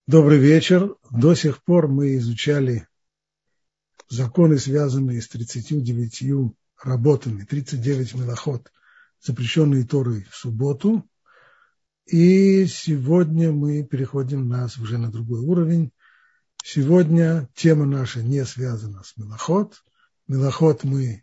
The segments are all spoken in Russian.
Добрый вечер. До сих пор мы изучали законы, связанные с 39 работами, 39 мелахот, запрещенные Торой в субботу. И сегодня мы переходим уже на другой уровень. Сегодня тема наша не связана с мелахот. Мелахот мы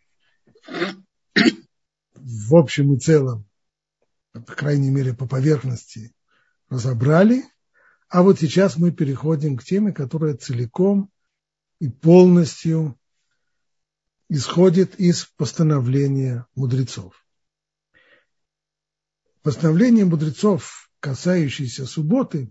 в общем и целом, по крайней мере по поверхности, разобрали. А вот сейчас мы переходим к теме, которая целиком и полностью исходит из постановления мудрецов. Постановление мудрецов, касающееся субботы,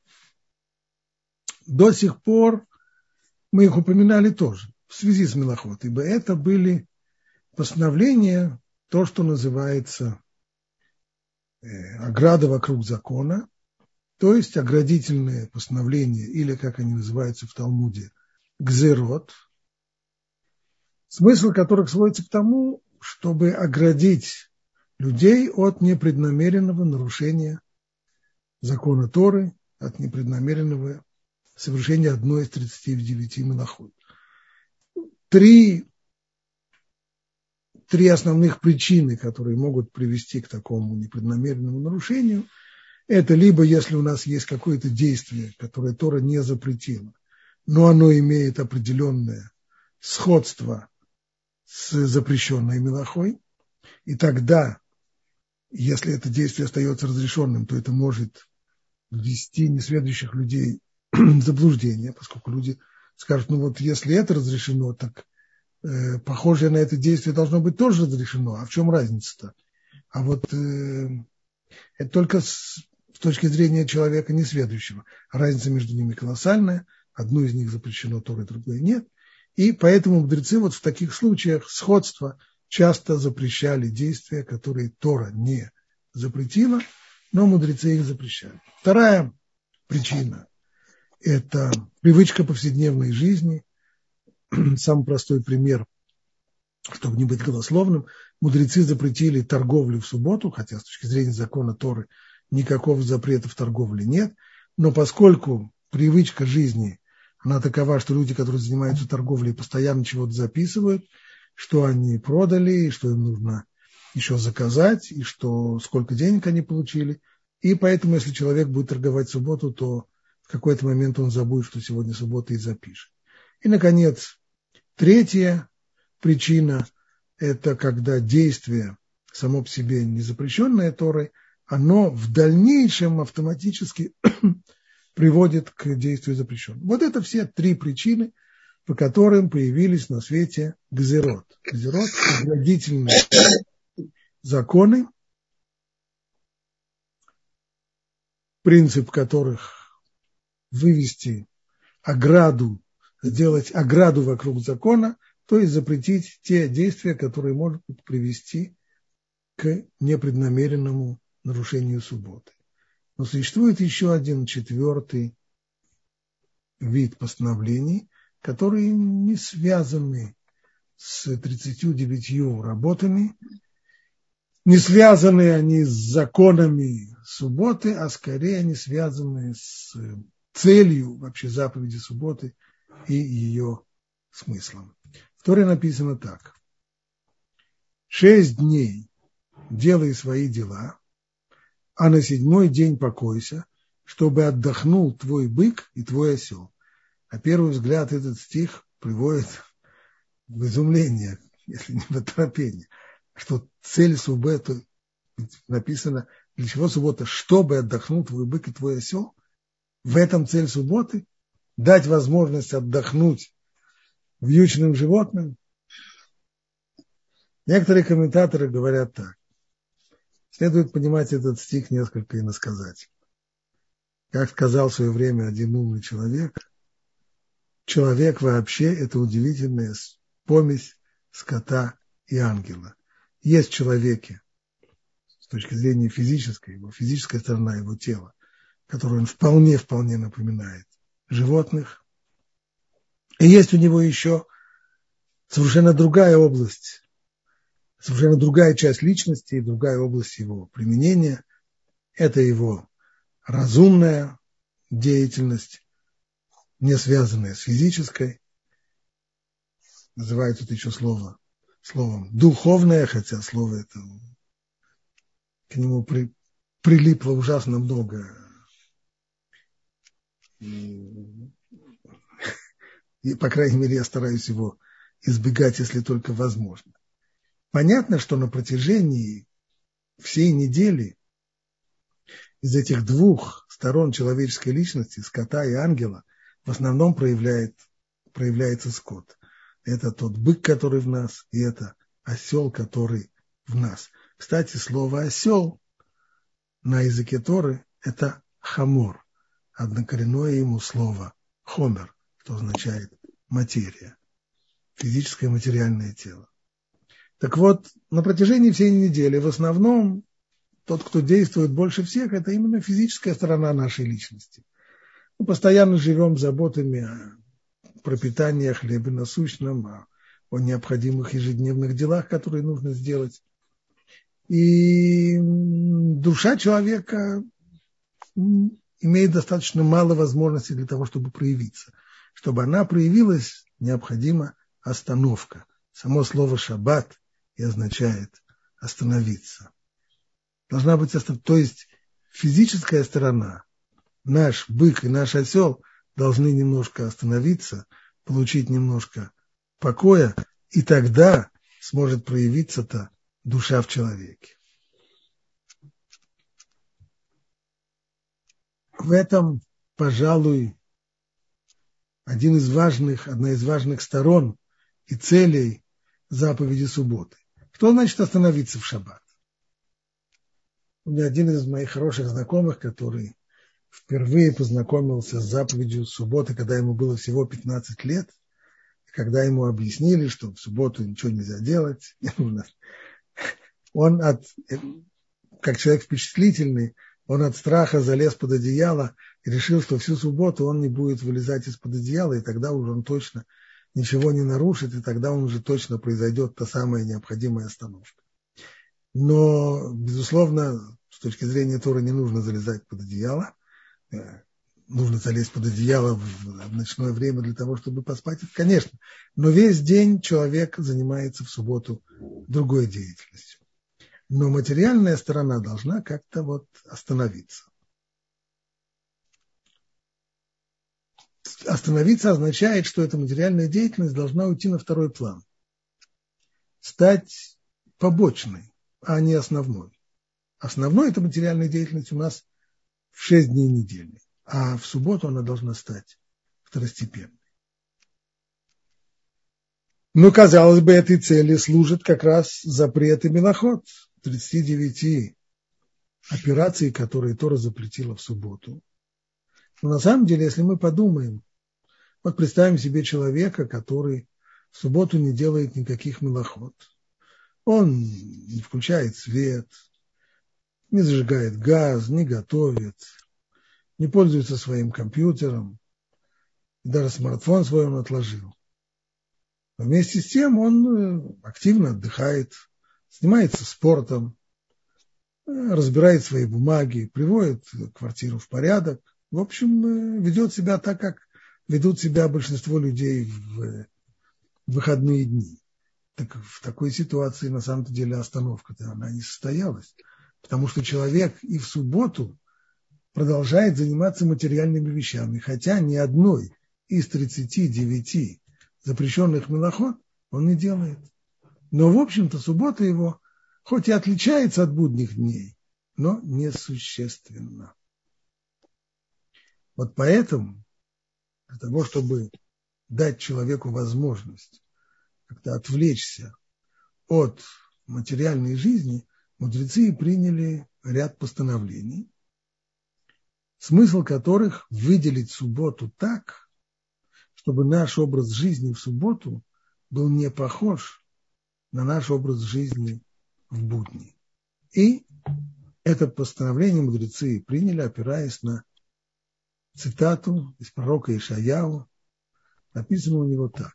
до сих пор мы их упоминали тоже в связи с мелахот, ибо это были постановления, то, что называется ограда вокруг закона, то есть оградительные постановления, или, как они называются в Талмуде, гзерот, смысл которых сводится к тому, чтобы оградить людей от непреднамеренного нарушения закона Торы, от непреднамеренного совершения одной из 39 мелахот. Три основных причины, которые могут привести к такому непреднамеренному нарушению, это либо если у нас есть какое-то действие, которое Тора не запретила, но оно имеет определенное сходство с запрещенной мелахой, и тогда, если это действие остается разрешенным, то это может ввести несведущих людей в заблуждение, поскольку люди скажут, если это разрешено, так похожее на это действие должно быть тоже разрешено, а в чем разница-то? А это только с точки зрения человека несведущего. Разница между ними колоссальная, одно из них запрещено Торой, другое нет. И поэтому мудрецы в таких случаях сходства часто запрещали действия, которые Тора не запретила, но мудрецы их запрещали. Вторая причина – это привычка повседневной жизни. Самый простой пример, чтобы не быть голословным, мудрецы запретили торговлю в субботу, хотя с точки зрения закона Торы никакого запрета в торговле нет, но поскольку привычка жизни она такова, что люди, которые занимаются торговлей, постоянно чего-то записывают, что они продали, и что им нужно еще заказать, и сколько денег они получили. И поэтому, если человек будет торговать в субботу, то в какой-то момент он забудет, что сегодня суббота, и запишет. И, наконец, третья причина – это когда действие само по себе не запрещенное Торой, оно в дальнейшем автоматически приводит к действию запрещенного. Вот это все три причины, по которым появились на свете гзерот. Гзерот – оградительные законы, принцип которых вывести ограду, сделать ограду вокруг закона, то есть запретить те действия, которые могут привести к непреднамеренному нарушению субботы. Но существует еще один четвертый вид постановлений, которые не связаны с 39 работами, не связаны они с законами субботы, а скорее они связаны с целью вообще заповеди субботы и ее смыслом. В Торе написано так: 6 дней делай свои дела, а на 7-й день покойся, чтобы отдохнул твой бык и твой осел. На первый взгляд этот стих приводит в изумление, если не в оторопение, что цель субботы, написано, для чего суббота, чтобы отдохнул твой бык и твой осел. В этом цель субботы – дать возможность отдохнуть вьючным животным. Некоторые комментаторы говорят так: следует понимать этот стих несколько иносказательно. Как сказал в свое время один умный человек, человек вообще – это удивительная помесь скота и ангела. Есть в человеке, с точки зрения физической, его физическая сторона его тела, которую он вполне напоминает животных. И есть у него еще совершенно другая область, совершенно другая часть личности и другая область его применения. Это его разумная, деятельность, не связанная с физической. Называют это еще словом духовное, хотя слово это к нему прилипло ужасно много. И, по крайней мере, я стараюсь его избегать, если только возможно. Понятно, что на протяжении всей недели из этих двух сторон человеческой личности, скота и ангела, в основном проявляется скот. Это тот бык, который в нас, и это осел, который в нас. Кстати, слово «осел» на языке Торы – это хамор, однокоренное ему слово хомер, что означает материя, физическое материальное тело. Так вот, на протяжении всей недели в основном тот, кто действует больше всех, это именно физическая сторона нашей личности. Мы постоянно живем заботами о пропитании, о хлебе насущном, о необходимых ежедневных делах, которые нужно сделать. И душа человека имеет достаточно мало возможностей для того, чтобы проявиться. Чтобы она проявилась, необходима остановка. Само слово «шаббат» и означает остановиться. Должна быть остановка. То есть физическая сторона, наш бык и наш осел должны немножко остановиться, получить немножко покоя, и тогда сможет проявиться-то душа в человеке. В этом, пожалуй, одна из важных сторон и целей заповеди субботы. Что значит остановиться в шаббат? У меня один из моих хороших знакомых, который впервые познакомился с заповедью субботы, когда ему было всего 15 лет, когда ему объяснили, что в субботу ничего нельзя делать, он как человек впечатлительный, он от страха залез под одеяло и решил, что всю субботу он не будет вылезать из-под одеяла, и тогда уже он точно ничего не нарушит, и тогда он уже точно произойдет та самая необходимая остановка. Но, безусловно, с точки зрения Торы не нужно залезать под одеяло, нужно залезть под одеяло в ночное время для того, чтобы поспать, конечно, но весь день человек занимается в субботу другой деятельностью. Но материальная сторона должна как-то остановиться. Остановиться означает, что эта материальная деятельность должна уйти на второй план, стать побочной, а не основной. Основной эта материальная деятельность у нас в 6 дней недели, а в субботу она должна стать второстепенной. Но, казалось бы, этой цели служит как раз запрет и мелахот, 39 операций, которые Тора запретила в субботу. Но на самом деле, если мы подумаем, представим себе человека, который в субботу не делает никаких мелахот. Он не включает свет, не зажигает газ, не готовит, не пользуется своим компьютером, даже смартфон свой он отложил. Но вместе с тем он активно отдыхает, занимается спортом, разбирает свои бумаги, приводит квартиру в порядок. В общем, ведет себя так, как ведут себя большинство людей в выходные дни. Так в такой ситуации на самом-то деле остановка-то она не состоялась. Потому что человек и в субботу продолжает заниматься материальными вещами, хотя ни одной из 39 запрещенных мелахот он не делает. Но, в общем-то, суббота его хоть и отличается от будних дней, но несущественно. Вот поэтому, для того, чтобы дать человеку возможность как-то отвлечься от материальной жизни, мудрецы приняли ряд постановлений, смысл которых выделить субботу так, чтобы наш образ жизни в субботу был не похож на наш образ жизни в будни. И это постановление мудрецы приняли, опираясь на цитату из пророка Ишаяу. Написано у него так: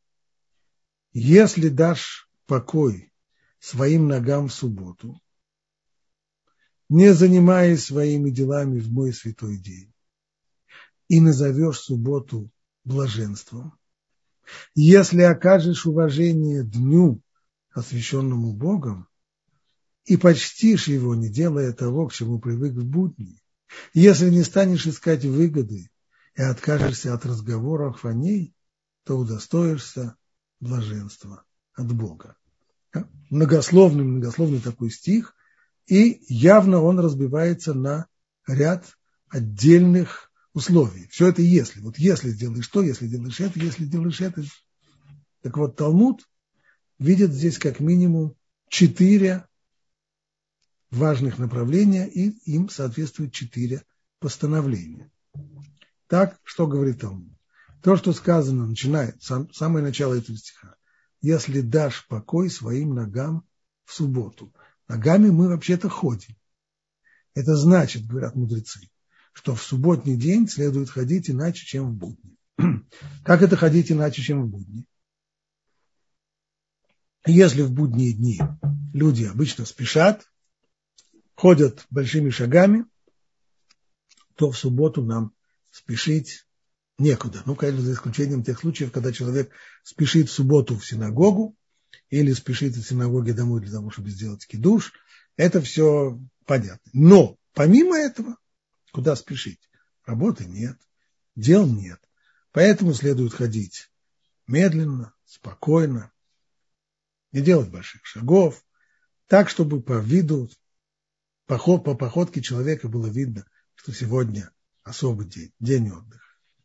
«Если дашь покой своим ногам в субботу, не занимаясь своими делами в мой святой день, и назовешь субботу блаженством, если окажешь уважение дню, освященному Богом, и почтишь его, не делая того, к чему привык в будни, если не станешь искать выгоды и откажешься от разговоров о ней, то удостоишься блаженства от Бога. Многословный такой стих, и явно он разбивается на ряд отдельных условий. Все это если. Вот если сделаешь то, если делаешь это, если делаешь это. Так вот, Талмуд видит здесь как минимум 4 важных направления, и им соответствует 4 постановления. Так, что говорит Талмуд? То, что сказано, начинает, самое начало этого стиха. Если дашь покой своим ногам в субботу. Ногами мы вообще-то ходим. Это значит, говорят мудрецы, что в субботний день следует ходить иначе, чем в будни. Как это ходить иначе, чем в будни? Если в будние дни люди обычно спешат, ходят большими шагами, то в субботу нам спешить некуда. Ну, конечно, за исключением тех случаев, когда человек спешит в субботу в синагогу или спешит из синагоги домой для того, чтобы сделать кидуш. Это все понятно. Но помимо этого, куда спешить? Работы нет, дел нет. Поэтому следует ходить медленно, спокойно, не делать больших шагов, так, чтобы по виду, по походке человека было видно, что сегодня особый день, день отдыха.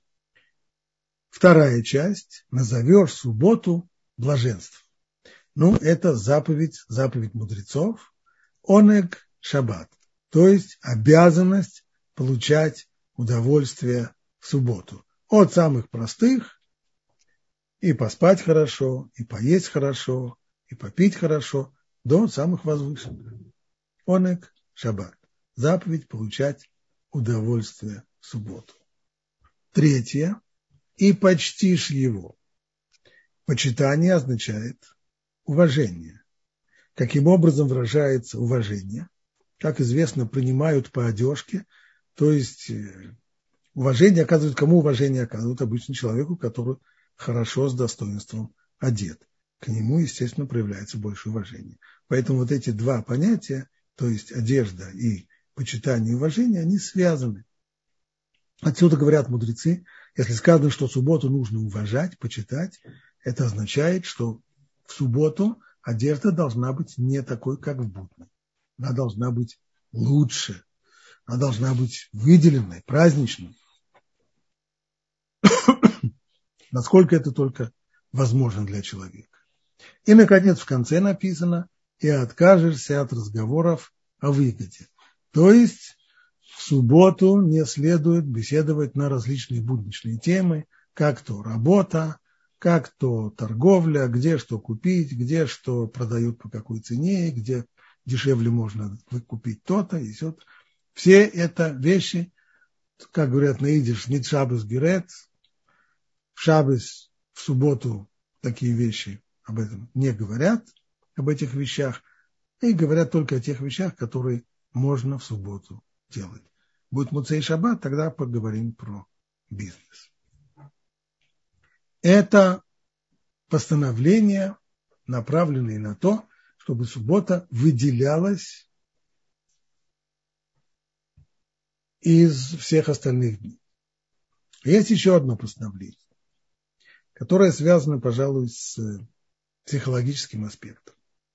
Вторая часть. Назовешь субботу блаженством. Ну, это заповедь мудрецов. Онег шаббат. То есть обязанность получать удовольствие в субботу. От самых простых и поспать хорошо, и поесть хорошо, и попить хорошо, до самых возвышенных. Онег шаббат. Заповедь получать удовольствие в субботу. Третье. И почтишь его. Почитание означает уважение. Каким образом выражается уважение? Как известно, принимают по одежке, то есть уважение оказывают, кому уважение оказывают? Обычно человеку, который хорошо, с достоинством одет. К нему, естественно, проявляется больше уважения. Поэтому вот эти 2 понятия, то есть одежда и почитание и уважение, они связаны. Отсюда говорят мудрецы, если сказано, что субботу нужно уважать, почитать, это означает, что в субботу одежда должна быть не такой, как в будни. Она должна быть лучше, она должна быть выделенной, праздничной. Насколько это только возможно для человека. И, наконец, в конце написано, и откажешься от разговоров о выгоде. То есть в субботу не следует беседовать на различные будничные темы, как то работа, как то торговля, где что купить, где что продают по какой цене, где дешевле можно купить то-то и сё-то. Все это вещи, как говорят на идиш, нит шаббес герет, в шаббес, в субботу такие вещи об этом не говорят, об этих вещах, и говорят только о тех вещах, которые можно в субботу делать. Будет Муцей Шаббат, тогда поговорим про бизнес. Это постановления, направленные на то, чтобы суббота выделялась из всех остальных дней. Есть еще одно постановление, которое связано, пожалуй, с психологическим аспектом.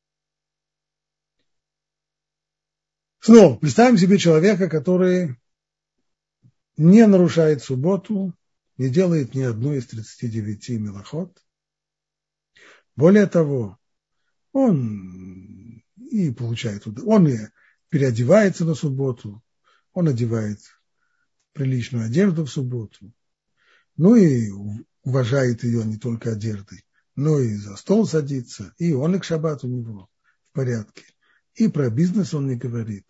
Снова представим себе человека, который не нарушает субботу, не делает ни одной из 39 мелахот. Более того, он и получает, он и переодевается на субботу, он одевает приличную одежду в субботу, ну и уважает ее не только одеждой, но и за стол садится, и он и к шаббату у него в порядке, и про бизнес он не говорит.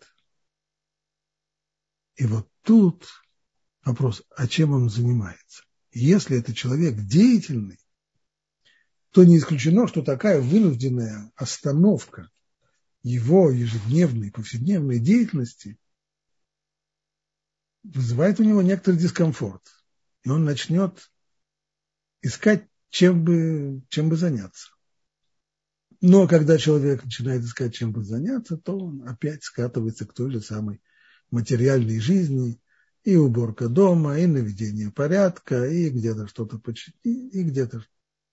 И вот тут вопрос, а чем он занимается? Если это человек деятельный, то не исключено, что такая вынужденная остановка его ежедневной, повседневной деятельности вызывает у него некоторый дискомфорт. и он начнет искать, чем бы заняться. Но когда человек начинает искать, чем бы заняться, то он опять скатывается к той же самой материальной жизни, и уборка дома, и наведение порядка, и где-то что-то починить, и где-то.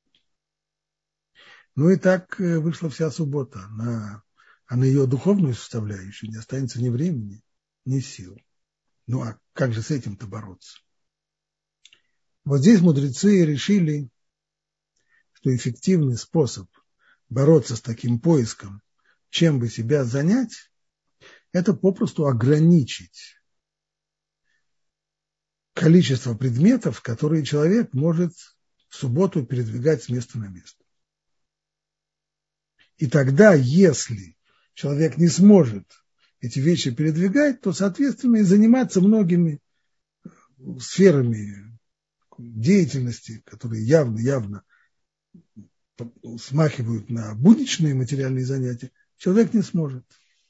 Ну и так вышла вся суббота. А на ее духовную составляющую не останется ни времени, ни сил. Ну а как же с этим-то бороться? Вот здесь мудрецы решили, что эффективный способ бороться с таким поиском, чем бы себя занять, это попросту ограничить количество предметов, которые человек может в субботу передвигать с места на место. И тогда, если человек не сможет эти вещи передвигать, то, соответственно, и заниматься многими сферами деятельности, которые явно смахивают на будничные материальные занятия, человек не сможет.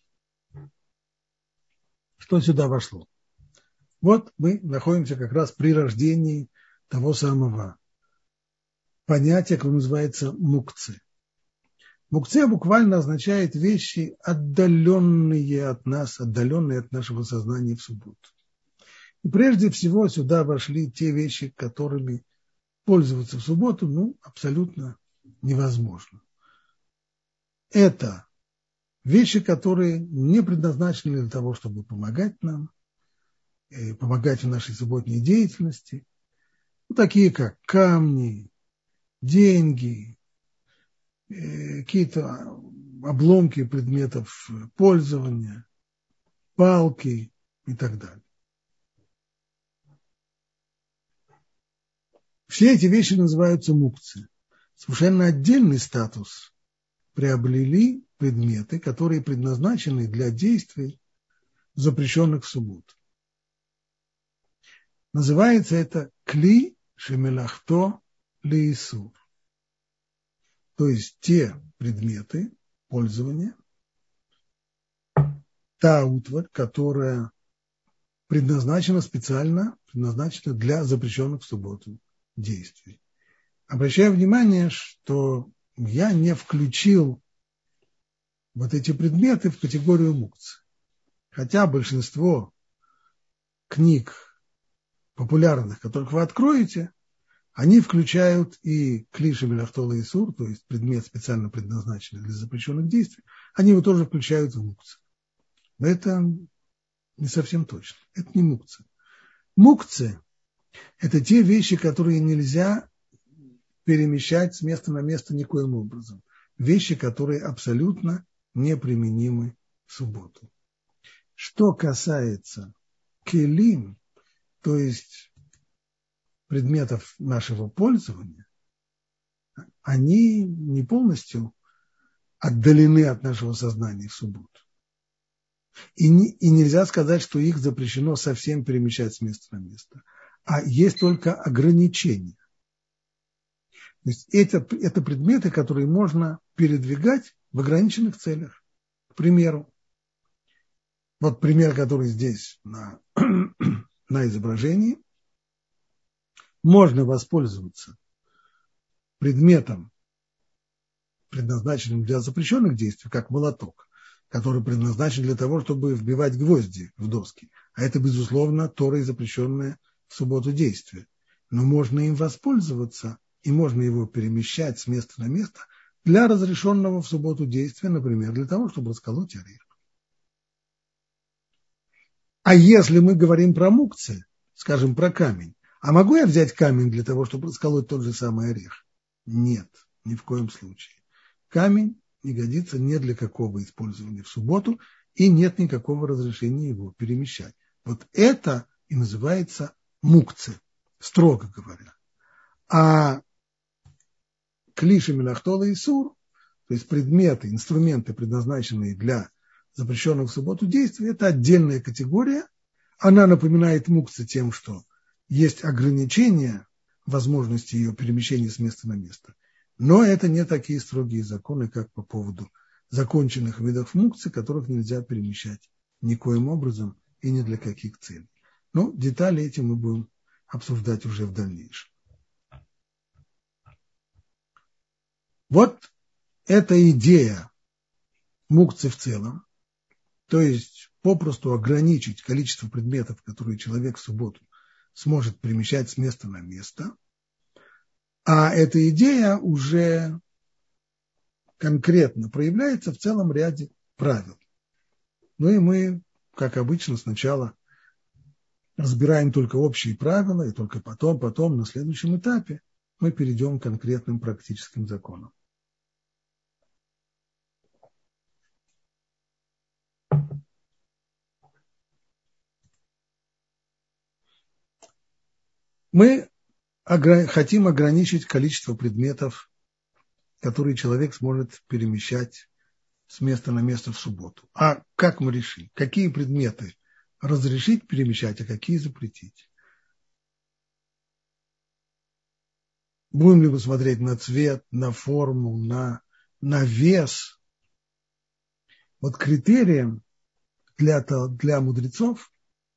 Что сюда вошло? Вот мы находимся как раз при рождении того самого понятия, которое называется мукцы. Мукция буквально означает вещи, отдаленные от нас, отдаленные от нашего сознания в субботу. И прежде всего сюда вошли те вещи, которыми пользоваться в субботу, абсолютно невозможно. Это вещи, которые не предназначены для того, чтобы помогать нам, помогать в нашей субботней деятельности, такие как камни, деньги, какие-то обломки предметов пользования, палки и так далее. Все эти вещи называются мукцы. Совершенно отдельный статус приобрели предметы, которые предназначены для действий, запрещенных в субботу. Называется это кли шемелахто леисур. То есть те предметы пользования, та утварь, которая предназначена для запрещенных в субботу действий. Обращаю внимание, что я не включил вот эти предметы в категорию мукцы. Хотя большинство книг популярных, которых вы откроете, они включают и кли шемелахто леисур, то есть предмет, специально предназначенный для запрещенных действий, они его тоже включают в мукцы. Но это не совсем точно. Это не мукцы. Мукцы – это те вещи, которые нельзя перемещать с места на место никоим образом. Вещи, которые абсолютно неприменимы в субботу. Что касается келим, то есть предметов нашего пользования, они не полностью отдалены от нашего сознания в субботу. И нельзя сказать, что их запрещено совсем перемещать с места на место. А есть только ограничения. То есть это предметы, которые можно передвигать в ограниченных целях. К примеру, вот пример, который здесь на изображении. Можно воспользоваться предметом, предназначенным для запрещенных действий, как молоток, который предназначен для того, чтобы вбивать гвозди в доски. А это, безусловно, Торой запрещенное в субботу действие. Но можно им воспользоваться, и можно его перемещать с места на место для разрешенного в субботу действия, например, для того, чтобы расколоть орех. А если мы говорим про мукцы, скажем, про камень, а могу я взять камень для того, чтобы расколоть тот же самый орех? Нет, ни в коем случае. Камень не годится ни для какого использования в субботу, и нет никакого разрешения его перемещать. Вот это и называется мукцы, строго говоря. А кли шемелахто леисур, то есть предметы, инструменты, предназначенные для запрещенных в субботу действий, это отдельная категория. Она напоминает мукцы тем, что есть ограничения возможности ее перемещения с места на место. Но это не такие строгие законы, как по поводу законченных видов мукцы, которых нельзя перемещать никоим образом и ни для каких целей. Но детали эти мы будем обсуждать уже в дальнейшем. Вот эта идея мукцы в целом, то есть попросту ограничить количество предметов, которые человек в субботу сможет перемещать с места на место, а эта идея уже конкретно проявляется в целом ряде правил. Ну и мы, как обычно, сначала разбираем только общие правила, и только потом, на следующем этапе, мы перейдем к конкретным практическим законам. Мы хотим ограничить количество предметов, которые человек сможет перемещать с места на место в субботу. А как мы решим? Какие предметы разрешить перемещать, а какие запретить? Будем ли мы смотреть на цвет, на форму, на вес? Вот критерием для мудрецов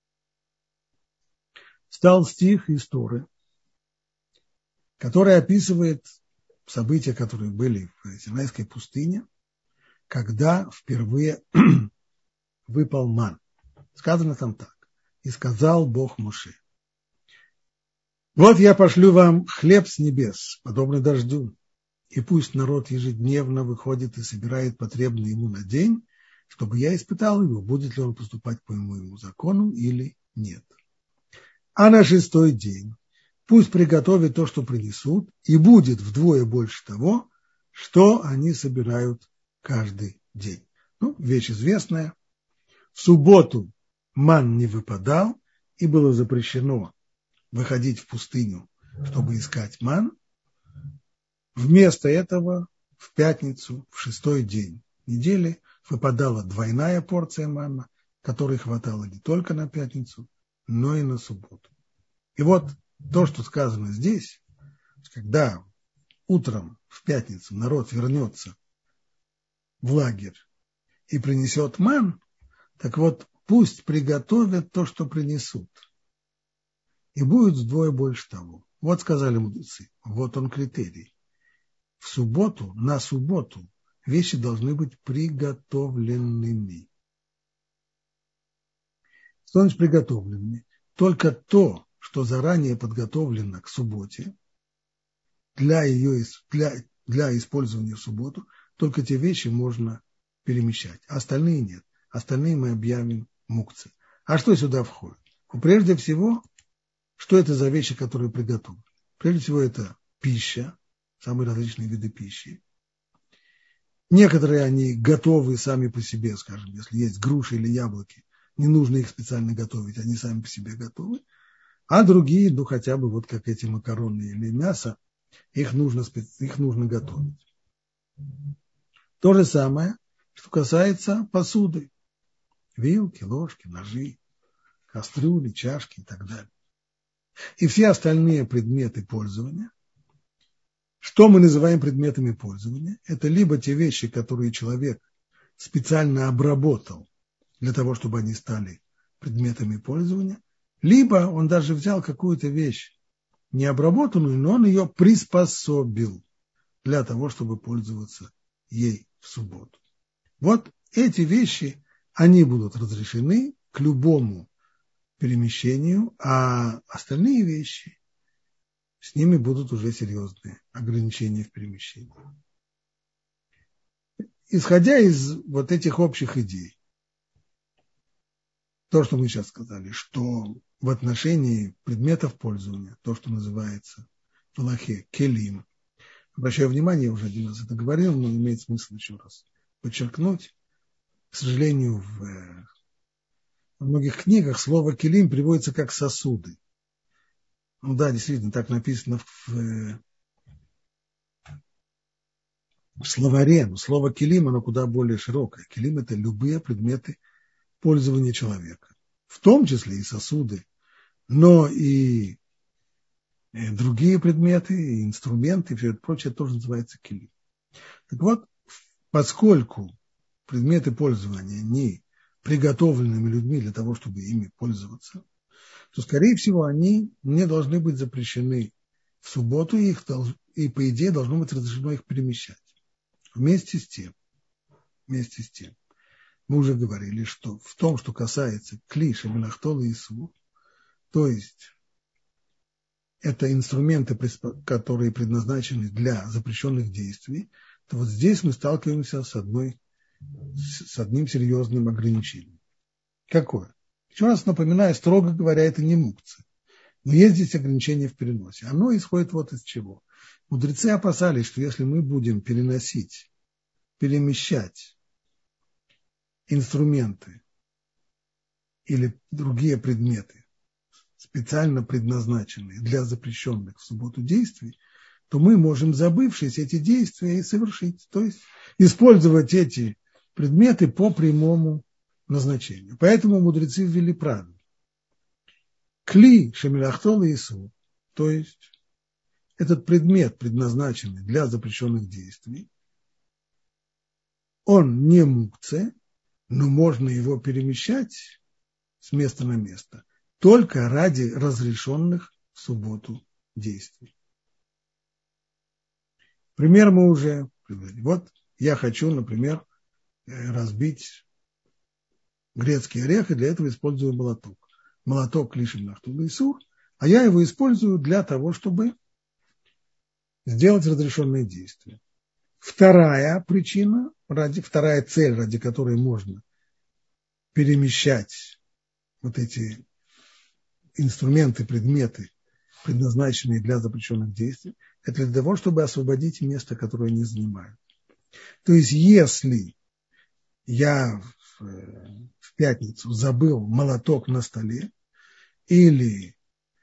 стал стих из Торы, который описывает события, которые были в Синайской пустыне, когда впервые выпал ман. Сказано там так. И сказал Бог Моше: вот я пошлю вам хлеб с небес, подобный дождю, и пусть народ ежедневно выходит и собирает потребный ему на день, чтобы я испытал его, будет ли он поступать по моему закону или нет. А на шестой день пусть приготовят то, что принесут, и будет вдвое больше того, что они собирают каждый день. Ну, вещь известная. В субботу ман не выпадал, и было запрещено выходить в пустыню, чтобы искать ман. Вместо этого в пятницу, в шестой день недели, выпадала двойная порция манна, которой хватало не только на пятницу, но и на субботу. И вот то, что сказано здесь, когда утром в пятницу народ вернется в лагерь и принесет ман, так вот пусть приготовят то, что принесут, и будет вдвое больше того. Вот сказали мудрецы, вот он критерий. В субботу, на субботу вещи должны быть приготовленными. Что значит приготовленными? Только то, что заранее подготовлено к субботе, для использования в субботу, только те вещи можно перемещать, а остальные нет. Остальные мы объявим мукцы. А что сюда входит? Прежде всего, что это за вещи, которые приготовлены? Прежде всего, это пища, самые различные виды пищи. Некоторые они готовы сами по себе, скажем, если есть груши или яблоки, не нужно их специально готовить, они сами по себе готовы. А другие, ну хотя бы вот как эти макароны или мясо, их нужно готовить. То же самое, что касается посуды. Вилки, ложки, ножи, кастрюли, чашки и так далее. И все остальные предметы пользования. Что мы называем предметами пользования? Это либо те вещи, которые человек специально обработал для того, чтобы они стали предметами пользования, либо он даже взял какую-то вещь необработанную, но он ее приспособил для того, чтобы пользоваться ей в субботу. Вот эти вещи, они будут разрешены к любому перемещению, а остальные вещи, с ними будут уже серьезные ограничения в перемещении. Исходя из вот этих общих идей, то, что мы сейчас сказали, что в отношении предметов пользования, то, что называется в Алахе келим, обращаю внимание, я уже один раз это говорил, но имеет смысл еще раз подчеркнуть. К сожалению, в многих книгах слово келим приводится как сосуды. Ну да, действительно, так написано в словаре, но слово келим, оно куда более широкое. Келим – это любые предметы пользования человека, в том числе и сосуды, но и другие предметы, и инструменты, и все это прочее тоже называется келим. Так вот, поскольку предметы пользования не приготовленными людьми для того, чтобы ими пользоваться, то, скорее всего, они не должны быть запрещены в субботу, и по идее, должно быть разрешено их перемещать. Вместе с тем, мы уже говорили, что в том, что касается кли шемелахтол и исур, то есть это инструменты, которые предназначены для запрещенных действий, то вот здесь мы сталкиваемся с одним серьезным ограничением. Какое? Еще раз напоминаю, строго говоря, это не мукция. Но есть здесь ограничение в переносе. Оно исходит вот из чего. Мудрецы опасались, что если мы будем перемещать инструменты или другие предметы, специально предназначенные для запрещенных в субботу действий, то мы можем, забывшись, эти действия и совершить. То есть использовать эти предметы по прямому назначению. Поэтому мудрецы ввели правило. Кли шемелахтол и исур, то есть этот предмет, предназначенный для запрещенных действий, он не мукце, но можно его перемещать с места на место только ради разрешенных в субботу действий. Пример мы уже привели. Вот я хочу, например, разбить грецкий орех, и для этого использую молоток. Молоток кли шемелахтол и исур, а я его использую для того, чтобы сделать разрешенные действия. Вторая причина, вторая цель, ради которой можно перемещать вот эти инструменты, предметы, предназначенные для запрещенных действий, это для того, чтобы освободить место, которое они занимают. То есть, если я в пятницу забыл молоток на столе или,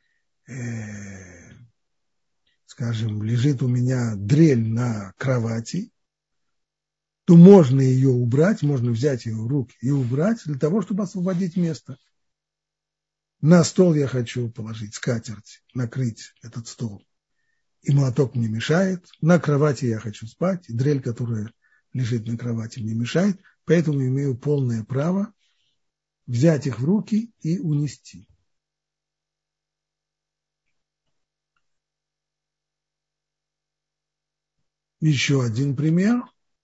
скажем, лежит у меня дрель на кровати, то можно ее убрать, можно взять ее в руки и убрать для того, чтобы освободить место. На стол я хочу положить скатерть, накрыть этот стол, и молоток мне мешает. На кровати я хочу спать, и дрель, которая лежит на кровати, мне мешает, поэтому имею полное право взять их в руки и унести. Еще один пример.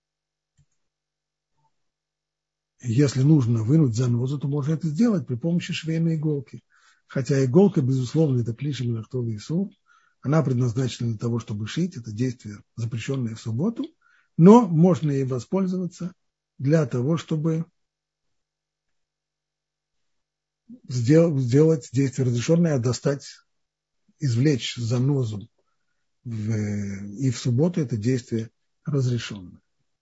Если нужно вынуть занозу, то можно это сделать при помощи швейной иголки. Хотя иголка, безусловно, это кли шемелахтол и исур. Она предназначена для того, чтобы шить. Это действие, запрещенное в субботу. Но можно ей воспользоваться для того, чтобы сделать действие разрешенное, извлечь занозу. И в субботу это действие разрешенное.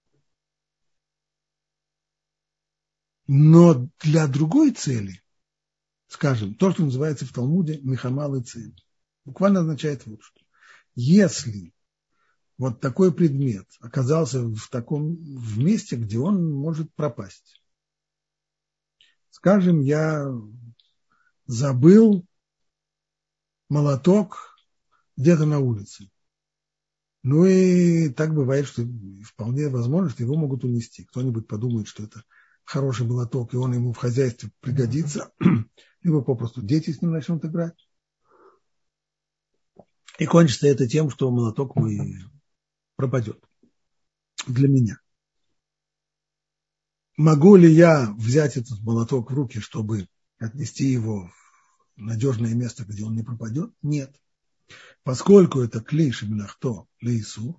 Но для другой цели, скажем, то, что называется в Талмуде михамал и цель, буквально означает вот что. Если вот такой предмет оказался в месте, где он может пропасть. Скажем, я забыл молоток где-то на улице. Ну и так бывает, что вполне возможно, что его могут унести. Кто-нибудь подумает, что это хороший молоток, и он ему в хозяйстве пригодится, либо попросту дети с ним начнут играть. И кончится это тем, что молоток мой пропадет для меня. Могу ли я взять этот молоток в руки, чтобы отнести его в надежное место, где он не пропадет? Нет. Поскольку это кли шемелахтол и исур,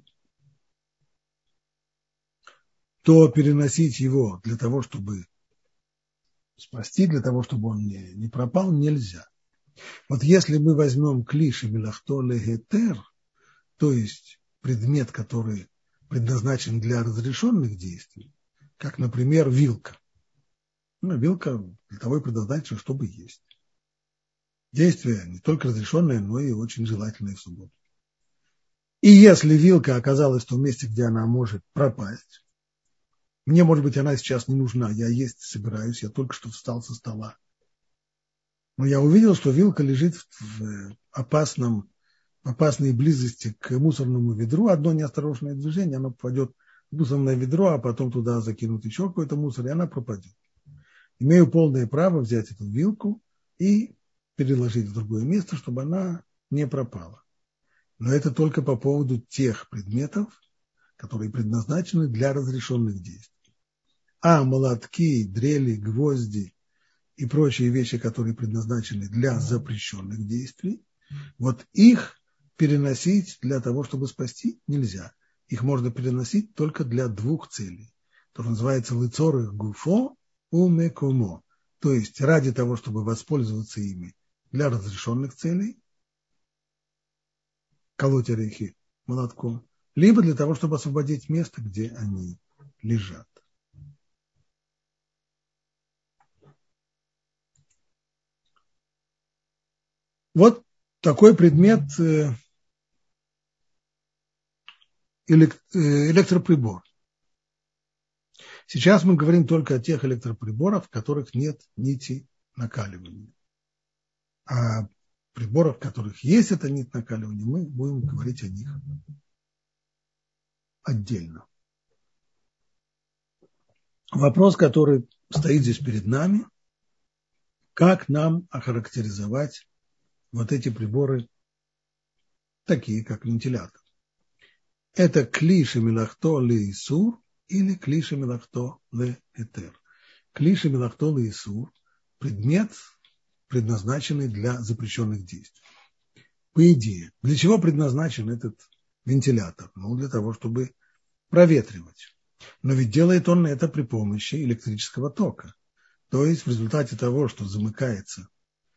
то переносить его для того, чтобы спасти, для того, чтобы он не пропал, нельзя. Вот если мы возьмем кли шемелахтол и гетер, то есть предмет, который предназначен для разрешенных действий, как, например, вилка. Вилка для того и предназначена, чтобы есть. Действие не только разрешенное, но и очень желательное в субботу. И если вилка оказалась в том месте, где она может пропасть, мне, может быть, она сейчас не нужна, я есть собираюсь, я только что встал со стола. Но я увидел, что вилка лежит в опасной близости к мусорному ведру. Одно неосторожное движение, оно попадет в мусорное ведро, а потом туда закинут еще какой-то мусор, и она пропадет. Имею полное право взять эту вилку и переложить в другое место, чтобы она не пропала. Но это только по поводу тех предметов, которые предназначены для разрешенных действий. А молотки, дрели, гвозди и прочие вещи, которые предназначены для запрещенных действий, вот их переносить для того, чтобы спасти, нельзя. Их можно переносить только для двух целей. То, что называется лыцорых гуфо умекумо. То есть ради того, чтобы воспользоваться ими для разрешенных целей, колоть орехи молотком, либо для того, чтобы освободить место, где они лежат. Вот такой предмет электроприбор. Сейчас мы говорим только о тех электроприборах, в которых нет нити накаливания. А приборах, в которых есть эта нить накаливания, мы будем говорить о них отдельно. Вопрос, который стоит здесь перед нами, как нам охарактеризовать вот эти приборы, такие как вентилятор. Это кли шемилахто леисур или кли шемилахто леэтер. Кли шемилахто леисур – предмет, предназначенный для запрещенных действий. По идее, для чего предназначен этот вентилятор? Ну, для того, чтобы проветривать. Но ведь делает он это при помощи электрического тока. То есть в результате того, что замыкается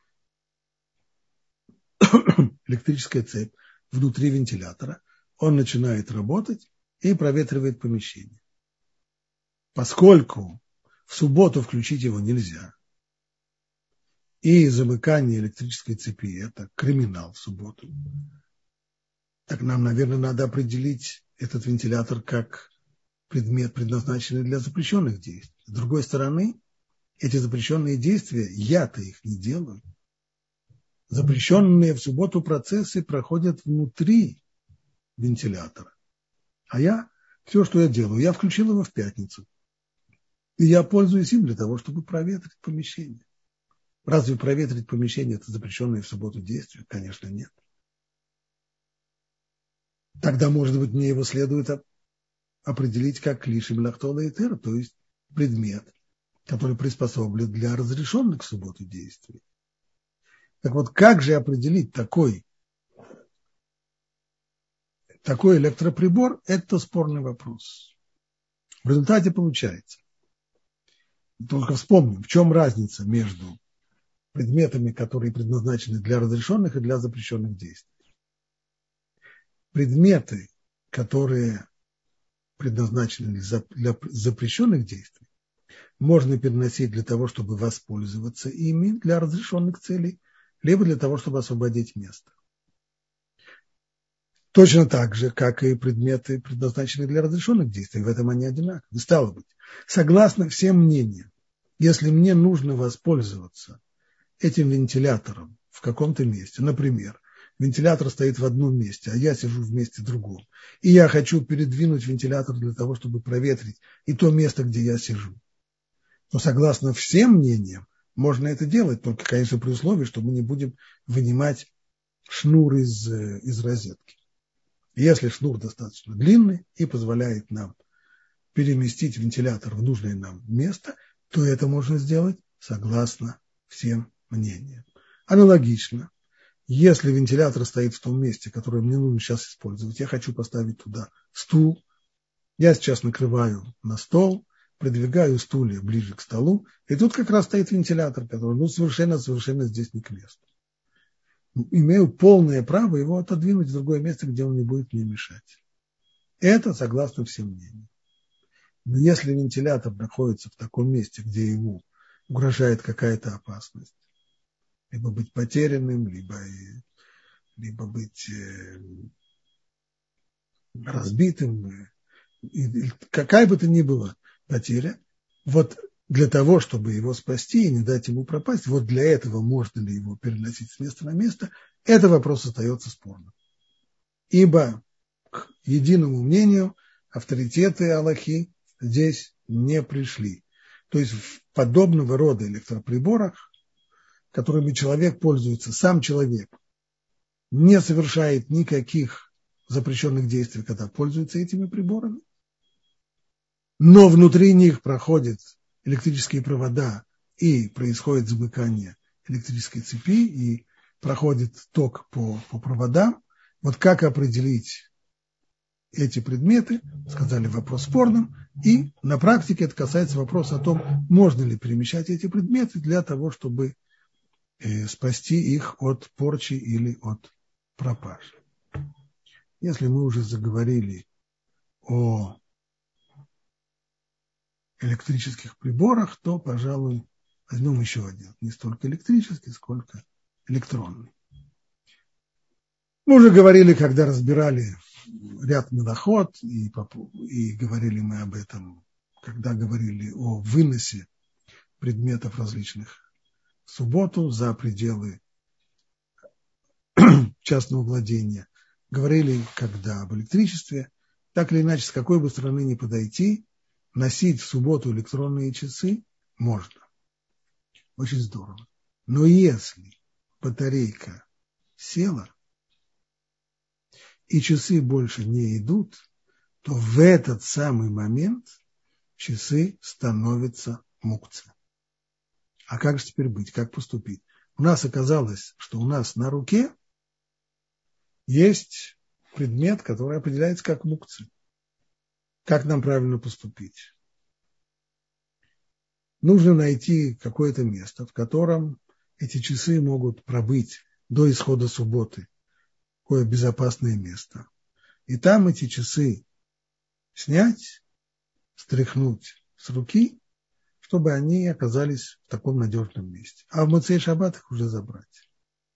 электрическая цепь внутри вентилятора, он начинает работать и проветривает помещение. Поскольку в субботу включить его нельзя, и замыкание электрической цепи – это криминал в субботу, так нам, наверное, надо определить этот вентилятор как предмет, предназначенный для запрещенных действий. С другой стороны, эти запрещенные действия, я-то их не делаю. Запрещенные в субботу процессы проходят внутри вентилятора. А все, что я делаю, я включил его в пятницу. И я пользуюсь им для того, чтобы проветрить помещение. Разве проветрить помещение – это запрещенное в субботу действие? Конечно, нет. Тогда, может быть, мне его следует определить как кли шемилахто леэтер, то есть предмет, который приспособлен для разрешенных в субботу действий. Так вот, как же определить такой электроприбор – это спорный вопрос. В результате получается, только вспомним, в чем разница между предметами, которые предназначены для разрешенных и для запрещенных действий. Предметы, которые предназначены для запрещенных действий, можно переносить для того, чтобы воспользоваться ими для разрешенных целей, либо для того, чтобы освободить место. Точно так же, как и предметы, предназначенные для разрешенных действий. В этом они одинаковы. Стало быть, согласно всем мнениям, если мне нужно воспользоваться этим вентилятором в каком-то месте, например, вентилятор стоит в одном месте, а я сижу в месте другом, и я хочу передвинуть вентилятор для того, чтобы проветрить и то место, где я сижу, то согласно всем мнениям можно это делать, только, конечно, при условии, что мы не будем вынимать шнур из розетки. Если шнур достаточно длинный и позволяет нам переместить вентилятор в нужное нам место, то это можно сделать согласно всем мнениям. Аналогично, если вентилятор стоит в том месте, которое мне нужно сейчас использовать, я хочу поставить туда стул, я сейчас накрываю на стол, придвигаю стулья ближе к столу, и тут как раз стоит вентилятор, который совершенно здесь не к месту. Имею полное право его отодвинуть в другое место, где он не будет мне мешать. Это согласно всем мнениям. Но если вентилятор находится в таком месте, где ему угрожает какая-то опасность, либо быть потерянным, либо быть разбитым, какая бы то ни была потеря, вот для того, чтобы его спасти и не дать ему пропасть, вот для этого можно ли его переносить с места на место, это вопрос остается спорным. Ибо к единому мнению авторитеты Аллахи здесь не пришли. То есть в подобного рода электроприборах которыми человек пользуется, сам человек не совершает никаких запрещенных действий, когда пользуется этими приборами, но внутри них проходят электрические провода и происходит замыкание электрической цепи и проходит ток по проводам. Вот как определить эти предметы, сказали, вопрос спорным, и на практике это касается вопроса о том, можно ли перемещать эти предметы для того, чтобы спасти их от порчи или от пропажи. Если мы уже заговорили о электрических приборах, то, пожалуй, возьмем еще один. Не столько электрический, сколько электронный. Мы уже говорили, когда разбирали ряд мелахот, и говорили мы об этом, когда говорили о выносе предметов различных в субботу за пределы частного владения. Говорили, когда об электричестве. Так или иначе, с какой бы стороны ни подойти, носить в субботу электронные часы можно. Очень здорово. Но если батарейка села, и часы больше не идут, то в этот самый момент часы становятся мукце. А как же теперь быть? Как поступить? У нас оказалось, что у нас на руке есть предмет, который определяется как мукце. Как нам правильно поступить? Нужно найти какое-то место, в котором эти часы могут пробыть до исхода субботы. Такое безопасное место. И там эти часы снять, стряхнуть с руки, чтобы они оказались в таком надежном месте. А в Моцей Шаббат их уже забрать.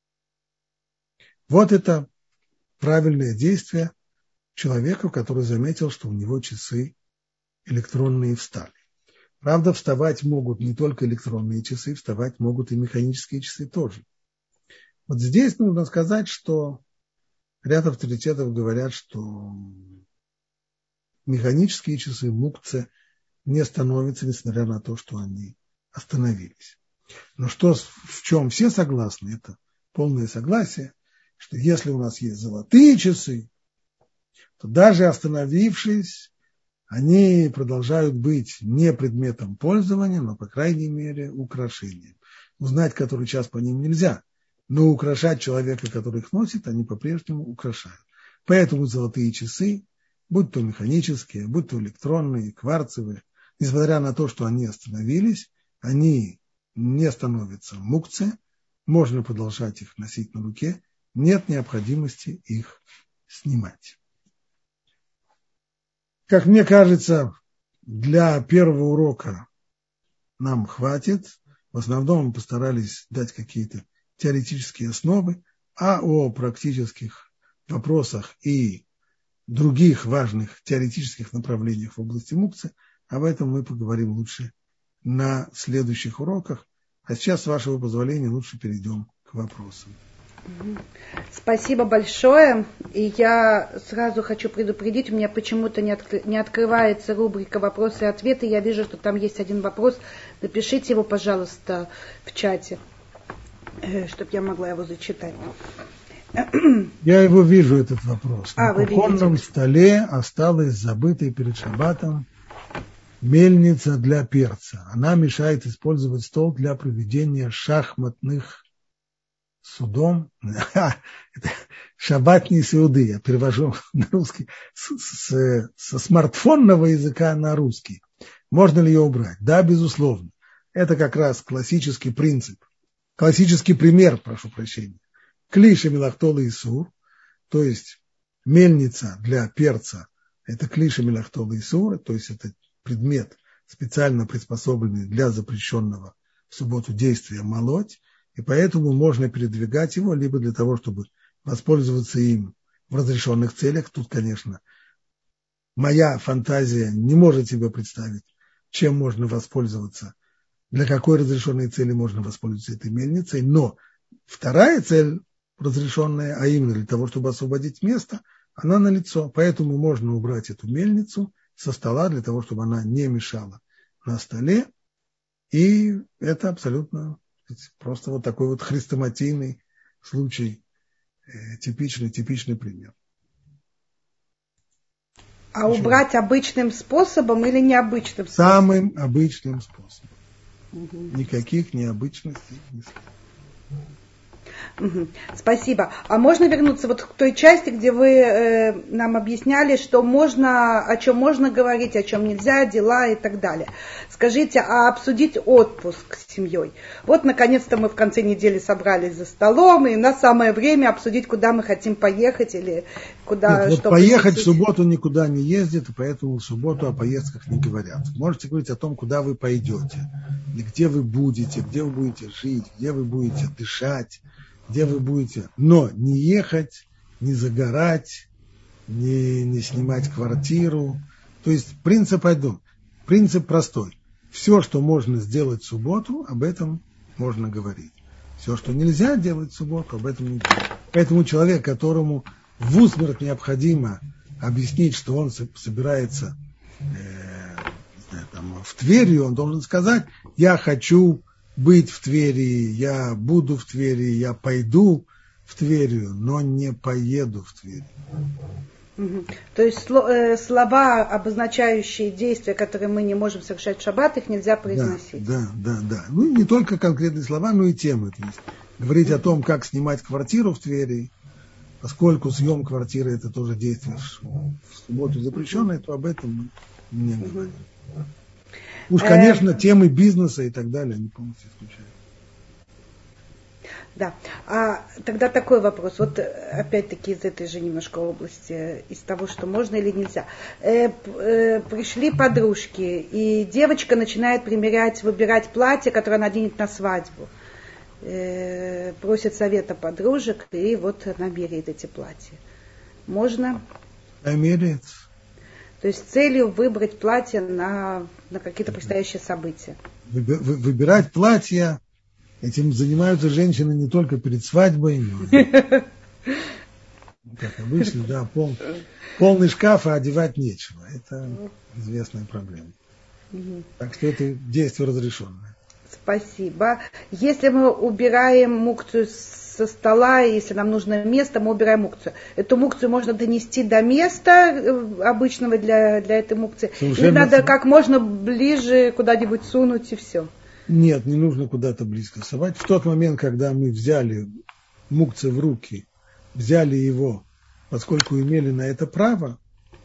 Вот это правильное действие человека, который заметил, что у него часы электронные встали. Правда, вставать могут не только электронные часы, вставать могут и механические часы тоже. Вот здесь нужно сказать, что ряд авторитетов говорят, что механические часы мукце не становятся, несмотря на то, что они остановились. Но в чем все согласны, это полное согласие, что если у нас есть золотые часы, то даже остановившись, они продолжают быть не предметом пользования, но, по крайней мере, украшением. Узнать, который час по ним нельзя, но украшать человека, который их носит, они по-прежнему украшают. Поэтому золотые часы, будь то механические, будь то электронные, кварцевые, несмотря на то, что они остановились, они не становятся мукце, можно продолжать их носить на руке, нет необходимости их снимать. Как мне кажется, для первого урока нам хватит. В основном мы постарались дать какие-то теоретические основы, а о практических вопросах и других важных теоретических направлениях в области мукцы, об этом мы поговорим лучше на следующих уроках. А сейчас, с вашего позволения, лучше перейдем к вопросам. Спасибо большое. И я сразу хочу предупредить, у меня почему-то не открывается рубрика «Вопросы и ответы». Я вижу, что там есть один вопрос. Напишите его, пожалуйста, в чате, чтобы я могла его зачитать. Я его вижу, этот вопрос. На вы кухонном столе осталась забытой перед шаббатом мельница для перца. Она мешает использовать стол для проведения шахматных судом, шаббатные сеуды, я перевожу на русский, со смартфонного языка на русский. Можно ли ее убрать? Да, безусловно. Это как раз классический принцип, классический пример, прошу прощения. Клиша мелахтола исур, то есть мельница для перца, это клиша мелахтола исур, то есть это предмет, специально приспособленный для запрещенного в субботу действия молоть, и поэтому можно передвигать его либо для того, чтобы воспользоваться им в разрешенных целях. Тут, конечно, моя фантазия не может себе представить, чем можно воспользоваться, для какой разрешенной цели можно воспользоваться этой мельницей. Но вторая цель разрешенная, а именно для того, чтобы освободить место, она налицо. Поэтому можно убрать эту мельницу со стола для того, чтобы она не мешала на столе. И это абсолютно Просто вот такой вот хрестоматийный случай, типичный пример. А еще убрать обычным способом или необычным способом? Самым обычным способом. Никаких необычностей не следует. Спасибо. А можно вернуться вот к той части, где вы нам объясняли, что можно, о чем можно говорить, о чем нельзя, дела и так далее. Скажите, а обсудить отпуск с семьей? Вот, наконец-то, мы в конце недели собрались за столом, и на самое время обсудить, куда мы хотим поехать или куда... Нет, вот поехать в субботу никуда не ездит, и поэтому в субботу о поездках не говорят. Можете говорить о том, куда вы пойдете, и где вы будете жить, где вы будете дышать, где вы будете, но не ехать, не загорать, не снимать квартиру. То есть принцип простой. Все, что можно сделать в субботу, об этом можно говорить. Все, что нельзя делать в субботу, об этом не говорить. Поэтому человек, которому в усмерть необходимо объяснить, что он собирается в Твери, он должен сказать: я хочу быть в Твери, я буду в Твери, я пойду в Тверь, но не поеду в Тверь. То есть слова, обозначающие действия, которые мы не можем совершать в шаббат, их нельзя произносить. Да. Ну, не только конкретные слова, но и темы. То есть говорить о том, как снимать квартиру в Твери, поскольку съем квартиры – это тоже действие в субботу запрещенное, то об этом мы не говорим. Уж, конечно, темы бизнеса и так далее они полностью исключают. Да. А тогда такой вопрос. Вот опять-таки из этой же немножко области, из того, что можно или нельзя. Пришли подружки, и девочка начинает выбирать платье, которое она наденет на свадьбу. Просит совета подружек, и вот она меряет эти платья. Можно? Меряет. То есть с целью выбрать платье на какие-то предстоящие события. Выбирать платья, этим занимаются женщины не только перед свадьбой, но, как обычно, да, полный шкаф, а одевать нечего. Это известная проблема. Так что это действие разрешенное. Спасибо. Если мы убираем мукцию со стола, если нам нужно место, мы убираем мукцию. Эту мукцию можно донести до места обычного для этой мукции. Или надо как можно ближе куда-нибудь сунуть и все? Нет, не нужно куда-то близко совать. В тот момент, когда мы взяли мукцы в руки, взяли его, поскольку имели на это право,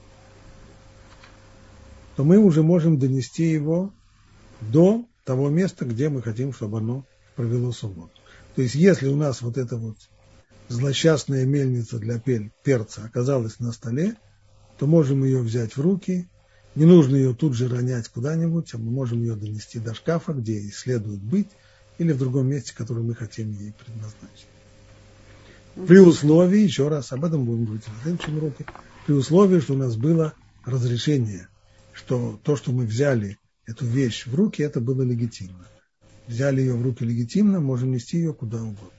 то мы уже можем донести его до того места, где мы хотим, чтобы оно провело субботу. То есть, если у нас вот эта вот злосчастная мельница для перца оказалась на столе, то можем ее взять в руки, не нужно ее тут же ронять куда-нибудь, а мы можем ее донести до шкафа, где ей следует быть, или в другом месте, которое мы хотим ей предназначить. При условии, еще раз, об этом будем говорить в следующем уроке, при условии, что у нас было разрешение, что то, что мы взяли эту вещь в руки, это было легитимно. Взяли ее в руки легитимно, можем нести ее куда угодно.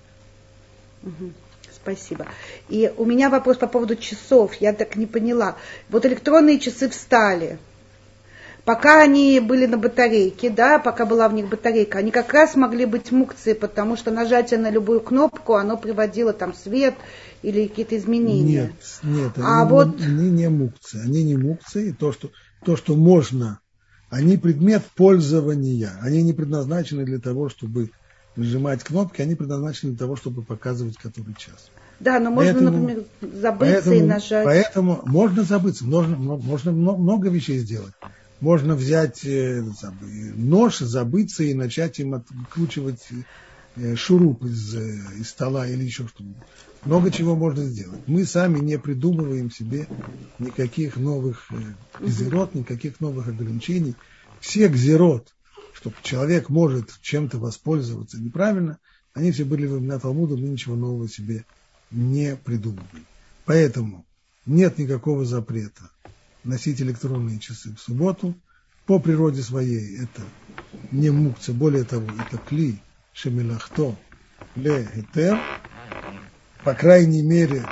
Спасибо. И у меня вопрос по поводу часов. Я так не поняла. Вот электронные часы встали. Пока они были на батарейке, да, пока была в них батарейка, они как раз могли быть мукцией, потому что нажатие на любую кнопку, оно приводило там свет или какие-то изменения. Нет, они не мукции. Они не мукции. То, что можно, они предмет пользования. Они не предназначены для того, чтобы нажимать кнопки, они предназначены для того, чтобы показывать который час. Да, но можно, например, забыться и нажать. Поэтому можно забыться, можно много вещей сделать. Можно взять нож, забыться и начать им откручивать шуруп из стола или еще что-нибудь. Много чего можно сделать. Мы сами не придумываем себе никаких новых гзерот, никаких новых ограничений. Все гзерот, что человек может чем-то воспользоваться неправильно, они все были во времена Талмуда, мы ничего нового себе не придумываем. Поэтому нет никакого запрета носить электронные часы в субботу. По природе своей это не мукция, более того, это кли шемелахто ле гетер. По крайней мере,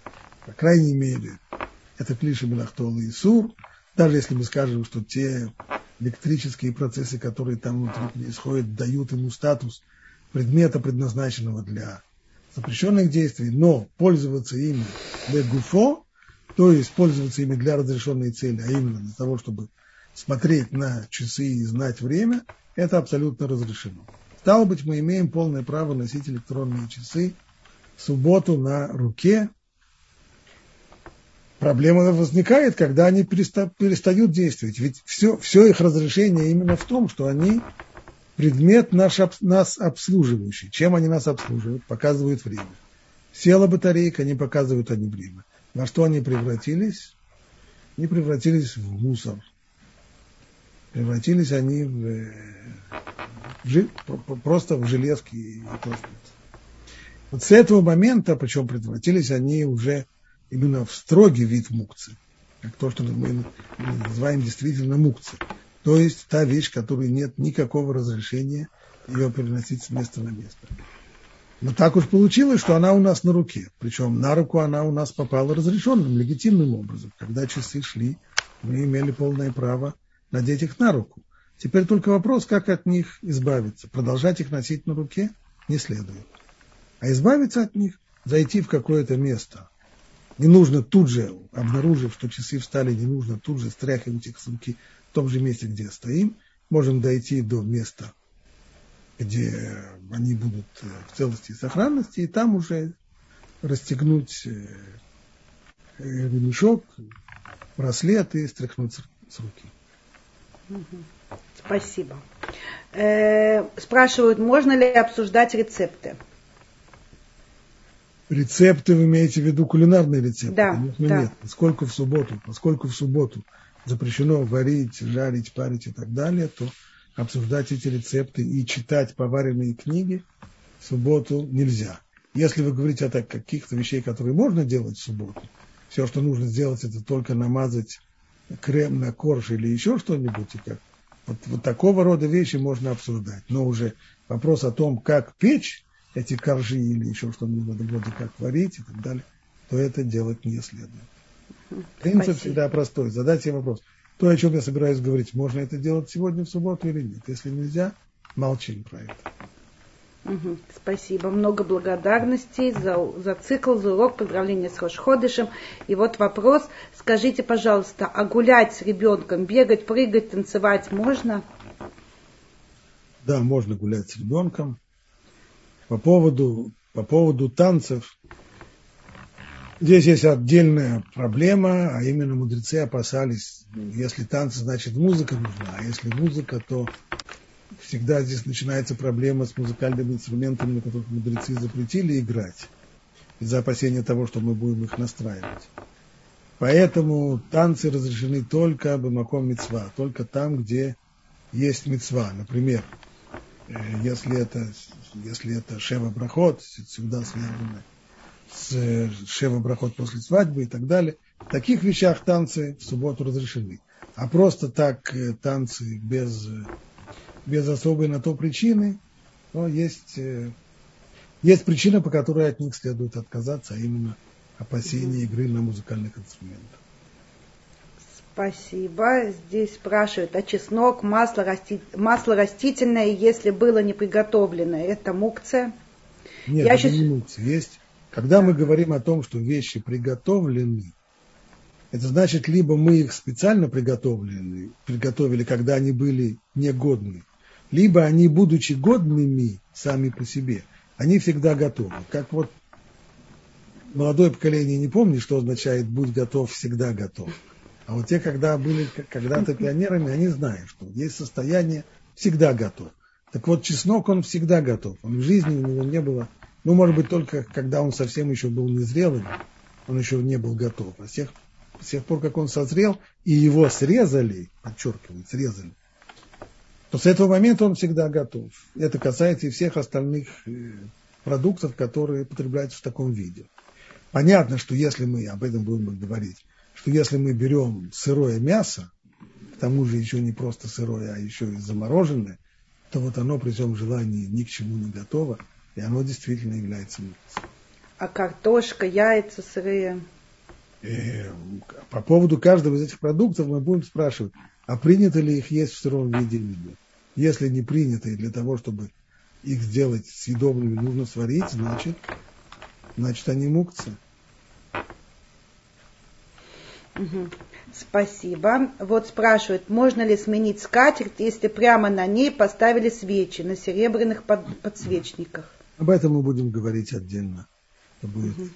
это кли шемелахто ле исур. Даже если мы скажем, что те электрические процессы, которые там внутри происходят, дают ему статус предмета, предназначенного для запрещенных действий, но пользоваться ими для гуфо, то есть пользоваться ими для разрешенной цели, а именно для того, чтобы смотреть на часы и знать время, это абсолютно разрешено. Стало быть, мы имеем полное право носить электронные часы в субботу на руке. Проблема возникает, когда они перестают действовать. Ведь все их разрешение именно в том, что они предмет нас обслуживающий. Чем они нас обслуживают? Показывают время. Села батарейка, не показывают они время. Во что они превратились? Они превратились в мусор. Превратились они просто в железки и пластмасс. Вот с этого момента, причем превратились они уже именно в строгий вид мукцы, как то, что мы называем действительно мукцы. То есть та вещь, которой нет никакого разрешения ее переносить с места на место. Но так уж получилось, что она у нас на руке. Причем на руку она у нас попала разрешенным, легитимным образом. Когда часы шли, мы имели полное право надеть их на руку. Теперь только вопрос, как от них избавиться. Продолжать их носить на руке не следует. А избавиться от них, зайти в какое-то место. Не нужно тут же, обнаружив, что часы встали, не нужно тут же стряхивать их с руки в том же месте, где стоим. Можем дойти до места, где они будут в целости и сохранности, и там уже расстегнуть ремешок, браслет и стряхнуть с руки. Спасибо. Спрашивают, можно ли обсуждать рецепты? Рецепты, вы имеете в виду кулинарные рецепты? Да. Конечно, да. нет. Поскольку в субботу запрещено варить, жарить, парить и так далее, то обсуждать эти рецепты и читать поваренные книги в субботу нельзя. Если вы говорите о каких-то вещей, которые можно делать в субботу, все, что нужно сделать, это только намазать крем на корж или еще что-нибудь, вот такого рода вещи можно обсуждать. Но уже вопрос о том, как печь эти коржи или еще что-нибудь вроде как варить и так далее, то это делать не следует. Принцип всегда простой. Задать себе вопрос. То, о чем я собираюсь говорить, можно это делать сегодня в субботу или нет? Если нельзя, молчим про это. Спасибо. Много благодарностей за цикл, за урок. Поздравления с Рош Ходышем. И вот вопрос. Скажите, пожалуйста, а гулять с ребенком, бегать, прыгать, танцевать можно? Да, можно гулять с ребенком. По поводу танцев, здесь есть отдельная проблема, а именно мудрецы опасались, если танцы, значит музыка нужна, а если музыка, то всегда здесь начинается проблема с музыкальными инструментами, на которых мудрецы запретили играть, из-за опасения того, что мы будем их настраивать. Поэтому танцы разрешены только бемаком мицва, только там, где есть мицва. Например, если это шева брахот, всегда связано с шева брахот после свадьбы и так далее, в таких вещах танцы в субботу разрешены. А просто так танцы без особой на то причины, но есть причина, по которой от них следует отказаться, а именно опасение игры на музыкальных инструментах. Спасибо. Здесь спрашивают, а чеснок, масло растительное, если было не приготовлено, это мукция? Нет, это не мукция. Когда мы говорим о том, что вещи приготовлены, это значит, либо мы их специально приготовили, когда они были негодны, либо они, будучи годными сами по себе, они всегда готовы. Как вот молодое поколение не помнит, что означает «будь готов, всегда готов». А вот те, когда были когда-то пионерами, они знают, что есть состояние «всегда готов». Так вот, чеснок, он всегда готов. Он в жизни у него не было, может быть, только когда он совсем еще был незрелым, он еще не был готов. А с тех пор, как он созрел, и его срезали, подчеркиваю, срезали, то с этого момента он всегда готов. Это касается и всех остальных продуктов, которые потребляются в таком виде. Понятно, что если мы, об этом будем говорить, что если мы берем сырое мясо, к тому же еще не просто сырое, а еще и замороженное, то вот оно при всем желании ни к чему не готово, и оно действительно является мукцией. А картошка, яйца сырые? По поводу каждого из этих продуктов мы будем спрашивать, а принято ли их есть в сыром виде или нет. Если не принято, и для того, чтобы их сделать съедобными, нужно сварить, значит они мукцы. Спасибо. Вот спрашивают, можно ли сменить скатерть, если прямо на ней поставили свечи на серебряных подсвечниках? Об этом мы будем говорить отдельно. Это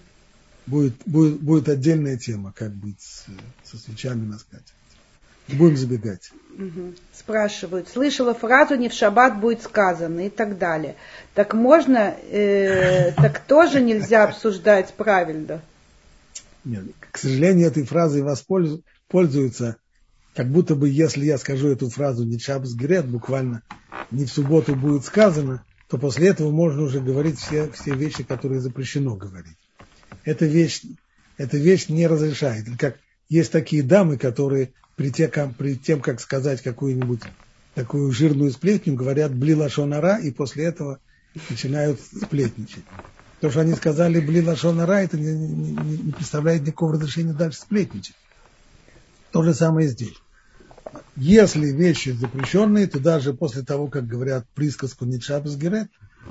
будет отдельная тема, как быть со свечами на скатерти. Будем забегать. Спрашивают, слышала фразу «не в шаббат будет сказано» и так далее. Так можно, так тоже нельзя обсуждать правильно? Нет, к сожалению, этой фразой пользуются, как будто бы, если я скажу эту фразу «не шаббат герет», буквально «не в субботу будет сказано», то после этого можно уже говорить все вещи, которые запрещено говорить. Эта вещь не разрешает. Как есть такие дамы, которые при тем, как сказать какую-нибудь такую жирную сплетню, говорят «бли лашон ара», и после этого начинают сплетничать. То, что они сказали «бли лашон ара», это не представляет никакого разрешения дальше сплетничать. То же самое здесь. Если вещи запрещенные, то даже после того, как говорят присказку «не шаббат герет»,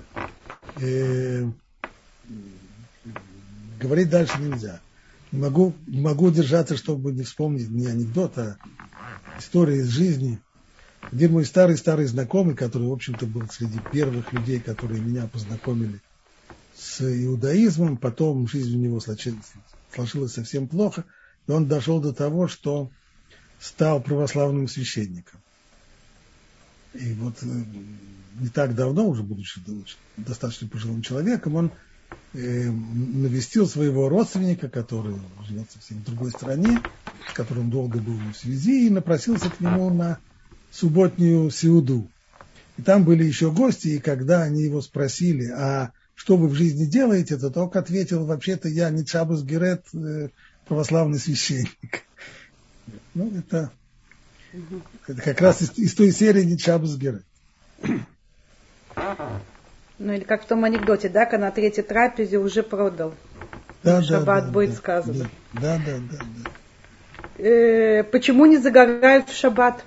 говорить дальше нельзя. Не могу удержаться, чтобы не вспомнить не анекдот, а историю из жизни. Один мой старый знакомый, который, в общем-то, был среди первых людей, которые меня познакомили с иудаизмом, потом жизнь у него сложилась совсем плохо, и он дошел до того, что стал православным священником. И вот не так давно, уже будучи достаточно пожилым человеком, он навестил своего родственника, который живет совсем в другой стране, с которым долго был в связи, и напросился к нему на субботнюю сеуду. И там были еще гости, и когда они его спросили, а что вы в жизни делаете, то тот ответил, вообще-то я не шаббат герет, православный священник. Ну, это как раз из той серии не шаббат герет. Ну, или как в том анекдоте, да, когда на третьей трапезе уже продал. Да, шаббат будет сказано. Да. Почему не загорают в шаббат?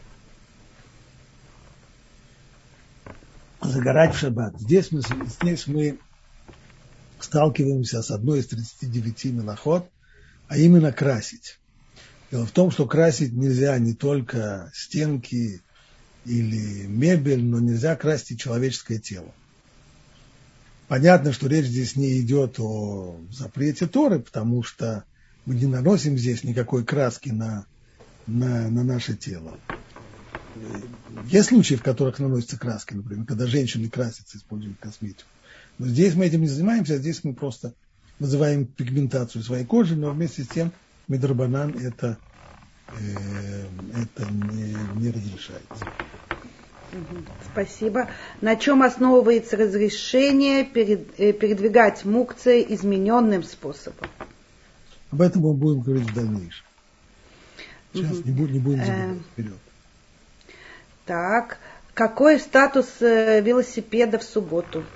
Загорать в шаббат. Здесь мы сталкиваемся с одной из 39 мелахот, а именно красить. Дело в том, что красить нельзя не только стенки или мебель, но нельзя красить и человеческое тело. Понятно, что речь здесь не идет о запрете Торы, потому что мы не наносим здесь никакой краски на наше тело. Есть случаи, в которых наносятся краски, например, когда женщины красятся, используют косметику. Но здесь мы этим не занимаемся, здесь мы просто вызываем пигментацию своей кожи, но вместе с тем мидрабанан это не разрешается. Спасибо. На чем основывается разрешение передвигать мукцы измененным способом? Об этом мы будем говорить в дальнейшем. Сейчас не будем забегать вперед. Так, какой статус велосипеда в субботу?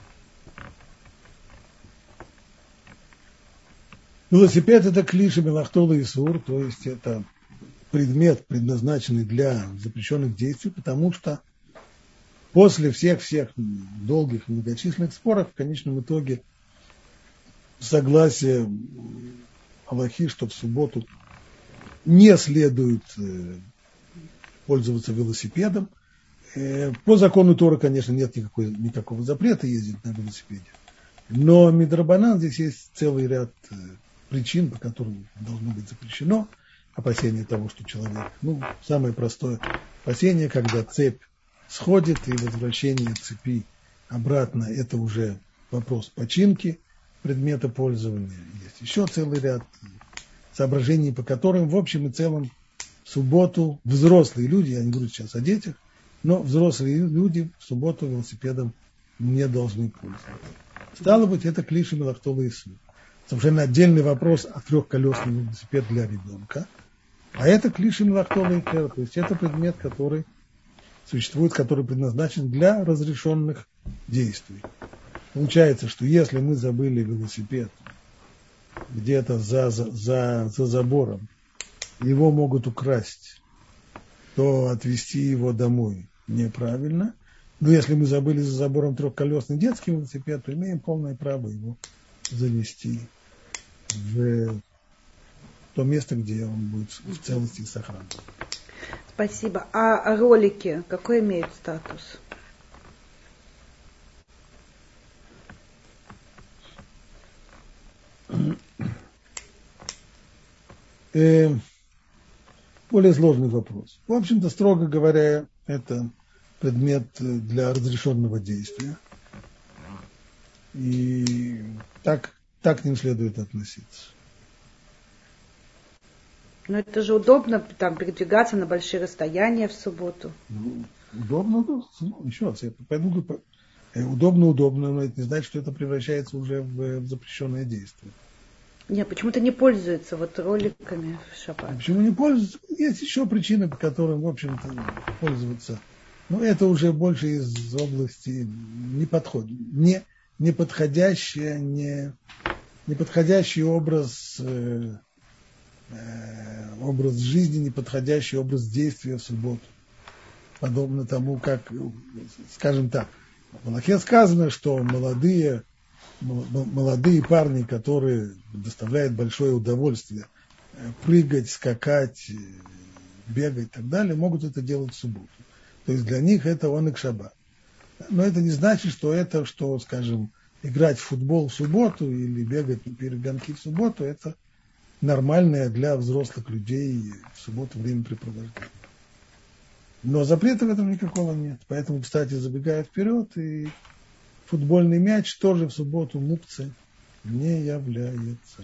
Велосипед – это клише мелахтола и сур, то есть это предмет, предназначенный для запрещенных действий, потому что после всех долгих многочисленных споров в конечном итоге согласие алахи, что в субботу не следует пользоваться велосипедом. По закону Торы, конечно, нет никакого запрета ездить на велосипеде. Но мидрабанан здесь есть целый ряд причин, по которым должно быть запрещено. Опасение того, что человек, самое простое опасение, когда цепь сходит и возвращение цепи обратно, это уже вопрос починки предмета пользования. Есть еще целый ряд соображений, по которым в общем и целом в субботу взрослые люди, я не говорю сейчас о детях, но взрослые люди в субботу велосипедом не должны пользоваться. Стало быть, это клише мелахтола и сур. Совершенно отдельный вопрос о трехколесном велосипед для ребенка. А это клише мелахтола и тера, то есть это предмет, который существует, который предназначен для разрешенных действий. Получается, что если мы забыли велосипед где-то за забором, его могут украсть, то отвезти его домой неправильно. Но если мы забыли за забором трехколесный детский велосипед, то имеем полное право его занести в то место, где он будет в целости и сохранности. Спасибо. А ролики какой имеют статус? Более сложный вопрос. В общем-то, строго говоря, это предмет для разрешенного действия. И так к ним следует относиться. Но это же удобно там передвигаться на большие расстояния в субботу. Удобно, еще раз, удобно, но это не значит, что это превращается уже в запрещенное действие. Нет, почему-то не пользуются вот роликами в шаббат. Почему не пользуются? Есть еще причины, по которым, в общем-то, пользоваться. Но это уже больше из области неподходящий образ жизни, неподходящий образ действия в субботу. Подобно тому, как, скажем так, в Алахе сказано, что молодые парни, которые доставляют большое удовольствие прыгать, скакать, бегать и так далее, могут это делать в субботу. То есть для них это онек шаббат. Но это не значит, что, скажем, играть в футбол в субботу или бегать на перегонки в субботу, это нормальное для взрослых людей в субботу времяпрепровождение. Но запрета в этом никакого нет. Поэтому, кстати, забегая вперед, и футбольный мяч тоже в субботу мукцы не является.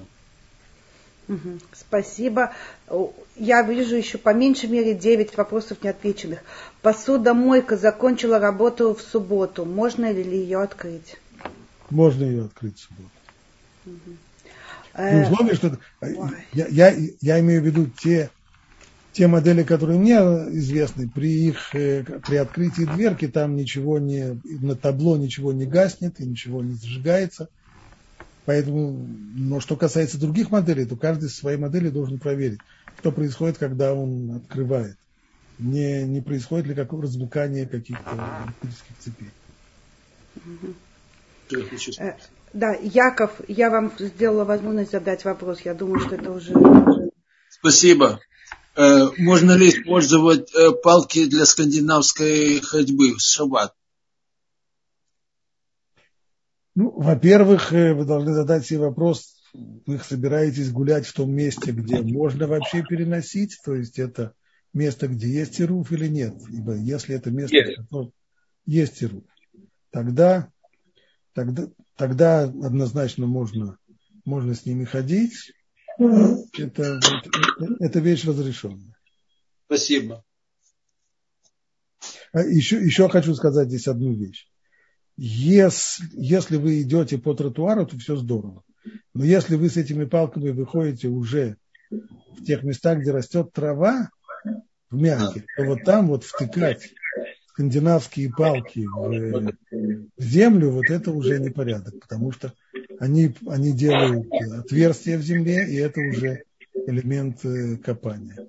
Спасибо. Я вижу еще по меньшей мере 9 вопросов неотвеченных. Посудомойка закончила работу в субботу. Можно ли ее открыть? Можно ее открыть в субботу. При условии, что я имею в виду те модели, которые мне известны, при открытии дверки там на табло ничего не гаснет и ничего не зажигается. Поэтому, но что касается других моделей, то каждый из своей модели должен проверить, что происходит, когда он открывает. Не происходит ли какое-то размыкание каких-то электрических цепей. Да, Яков, я вам сделала возможность задать вопрос. Я думаю, что это уже... Спасибо. Можно ли использовать палки для скандинавской ходьбы в шаббат? Во-первых, вы должны задать себе вопрос, вы собираетесь гулять в том месте, где можно вообще переносить, то есть это место, где есть ируф или нет. Ибо если это место, в котором есть ируф, тогда однозначно можно с ними ходить. Это вещь разрешенная. Спасибо. Еще хочу сказать здесь одну вещь. Если вы идете по тротуару, то все здорово. Но если вы с этими палками выходите уже в тех местах, где растет трава, в мягких, то вот там вот втыкать скандинавские палки в землю, вот это уже непорядок, потому что они делают отверстия в земле, и это уже элемент копания.